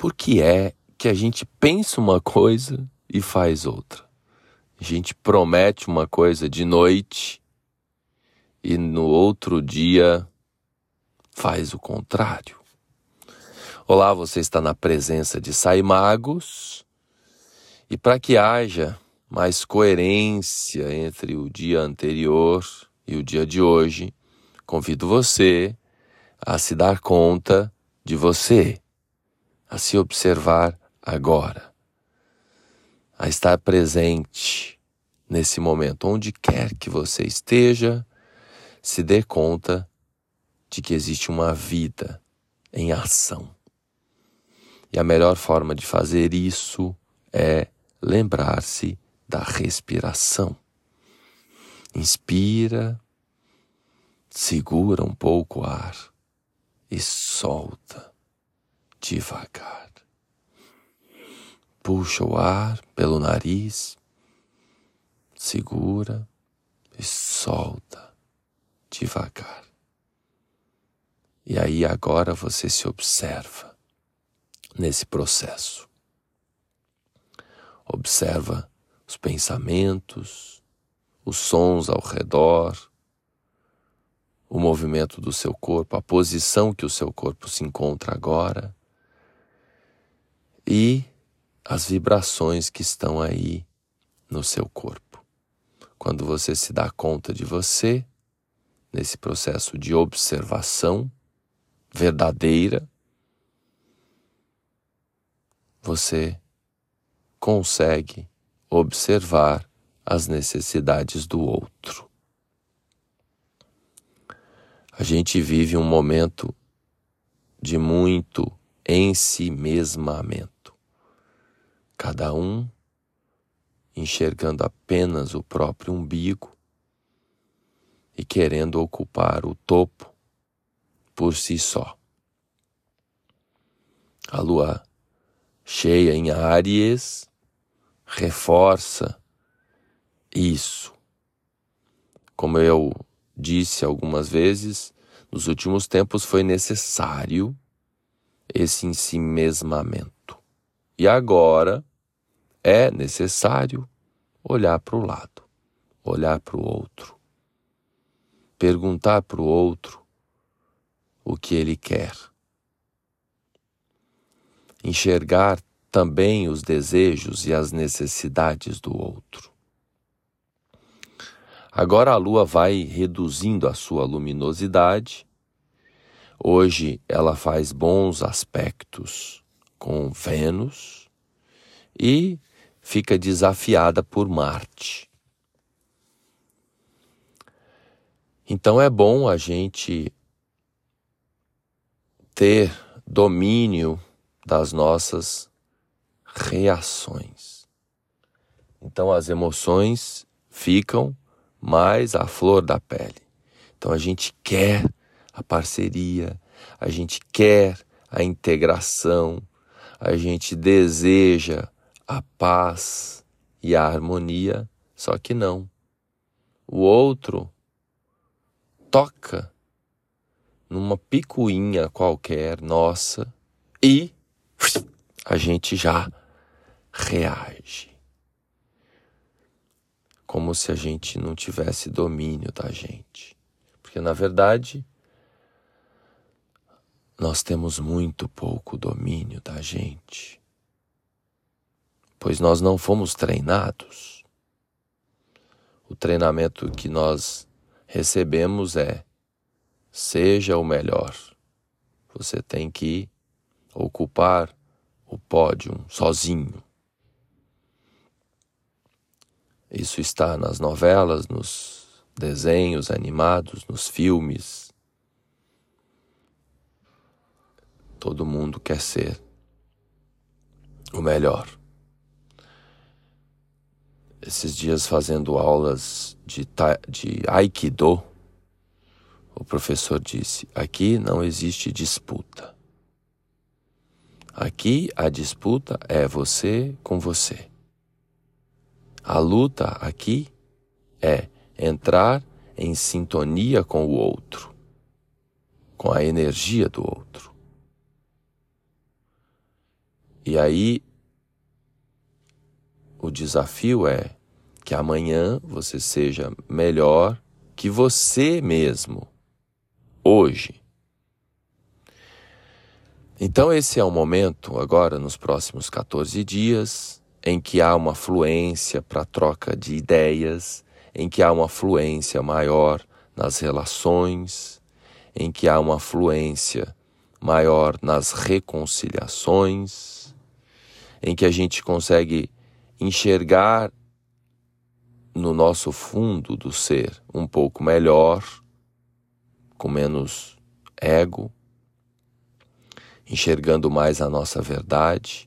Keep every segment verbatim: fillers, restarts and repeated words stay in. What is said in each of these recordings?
Por que é que a gente pensa uma coisa e faz outra? A gente promete uma coisa de noite e no outro dia faz o contrário. Olá, você está na presença de Saimagos, e para que haja mais coerência entre o dia anterior e o dia de hoje, convido você a se dar conta de você, a se observar agora, a estar presente nesse momento, onde quer que você esteja, se dê conta de que existe uma vida em ação. E a melhor forma de fazer isso é lembrar-se da respiração. Inspira, segura um pouco o ar e solta devagar. Puxa o ar pelo nariz, segura e solta devagar. E aí agora você se observa nesse processo. Observa os pensamentos, os sons ao redor, o movimento do seu corpo, a posição que o seu corpo se encontra agora e as vibrações que estão aí no seu corpo. Quando você se dá conta de você, nesse processo de observação verdadeira, você consegue observar as necessidades do outro. A gente vive um momento de muito ensimesmamento. Cada um enxergando apenas o próprio umbigo e querendo ocupar o topo por si só. A lua cheia em Áries reforça isso. Como eu disse algumas vezes, nos últimos tempos foi necessário esse ensimesmamento. E agora é necessário olhar para o lado, olhar para o outro, perguntar para o outro o que ele quer. Enxergar também os desejos e as necessidades do outro. Agora a lua vai reduzindo a sua luminosidade. Hoje ela faz bons aspectos com Vênus e fica desafiada por Marte. Então é bom a gente ter domínio das nossas reações. Então as emoções ficam mais à flor da pele. Então a gente quer a parceria, a gente quer a integração, a gente deseja a paz e a harmonia, só que não. O outro toca numa picuinha qualquer nossa e a gente já reage. Como se a gente não tivesse domínio da gente. Porque, na verdade, nós temos muito pouco domínio da gente. Pois nós não fomos treinados. O treinamento que nós recebemos é: seja o melhor. Você tem que ocupar o pódio sozinho. Isso está nas novelas, nos desenhos animados, nos filmes. Todo mundo quer ser o melhor. Esses dias fazendo aulas de, ta- de Aikido, o professor disse: aqui não existe disputa. Aqui a disputa é você com você. A luta aqui é entrar em sintonia com o outro, com a energia do outro. E aí, o desafio é que amanhã você seja melhor que você mesmo, hoje. Então esse é o momento, agora nos próximos quatorze dias, em que há uma fluência para troca de ideias, em que há uma fluência maior nas relações, em que há uma fluência maior nas reconciliações, em que a gente consegue enxergar no nosso fundo do ser um pouco melhor, com menos ego, enxergando mais a nossa verdade,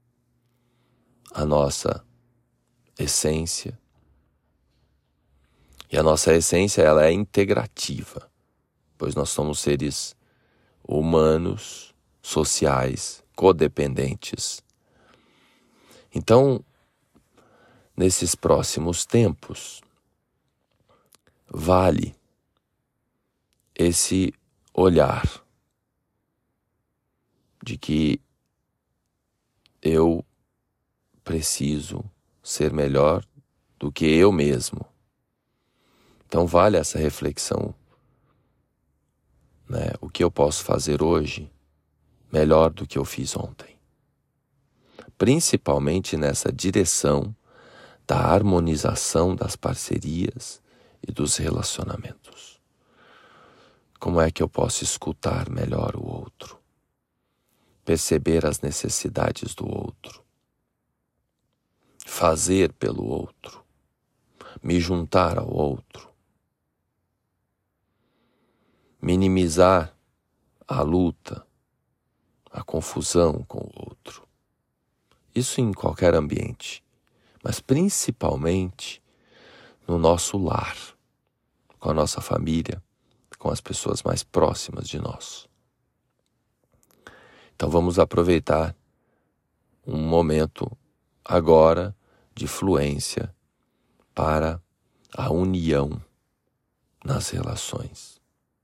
a nossa essência. E a nossa essência, ela é integrativa, pois nós somos seres humanos, sociais, codependentes. Então, nesses próximos tempos, vale esse olhar de que eu preciso ser melhor do que eu mesmo. Então vale essa reflexão, né? O que eu posso fazer hoje melhor do que eu fiz ontem? Principalmente nessa direção da harmonização das parcerias e dos relacionamentos. Como é que eu posso escutar melhor o outro? Perceber as necessidades do outro, fazer pelo outro, me juntar ao outro, minimizar a luta, a confusão com o outro. Isso em qualquer ambiente, mas principalmente no nosso lar, com a nossa família, com as pessoas mais próximas de nós. Então vamos aproveitar um momento agora de fluência para a união nas relações.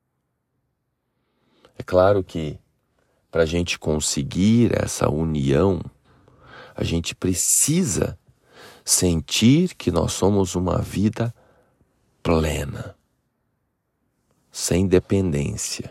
É claro que para a gente conseguir essa união, a gente precisa sentir que nós somos uma vida plena, sem dependência.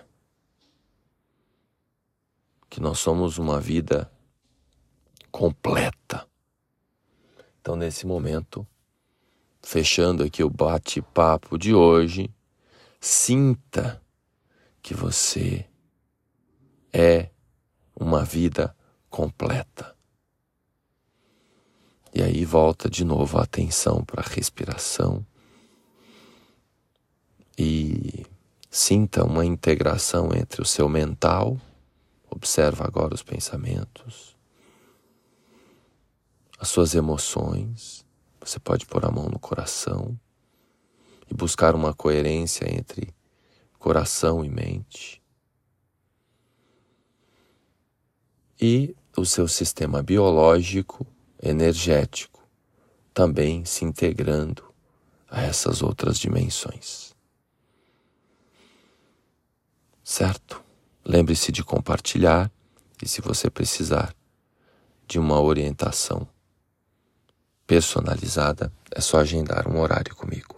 Que nós somos uma vida completa. Então, nesse momento, fechando aqui o bate-papo de hoje, sinta que você é uma vida completa. E aí volta de novo a atenção para a respiração e sinta uma integração entre o seu mental. Observa agora os pensamentos, as suas emoções. Você pode pôr a mão no coração e buscar uma coerência entre coração e mente. E o seu sistema biológico, energético, também se integrando a essas outras dimensões. Certo? Lembre-se de compartilhar e, se você precisar de uma orientação personalizada, é só agendar um horário comigo.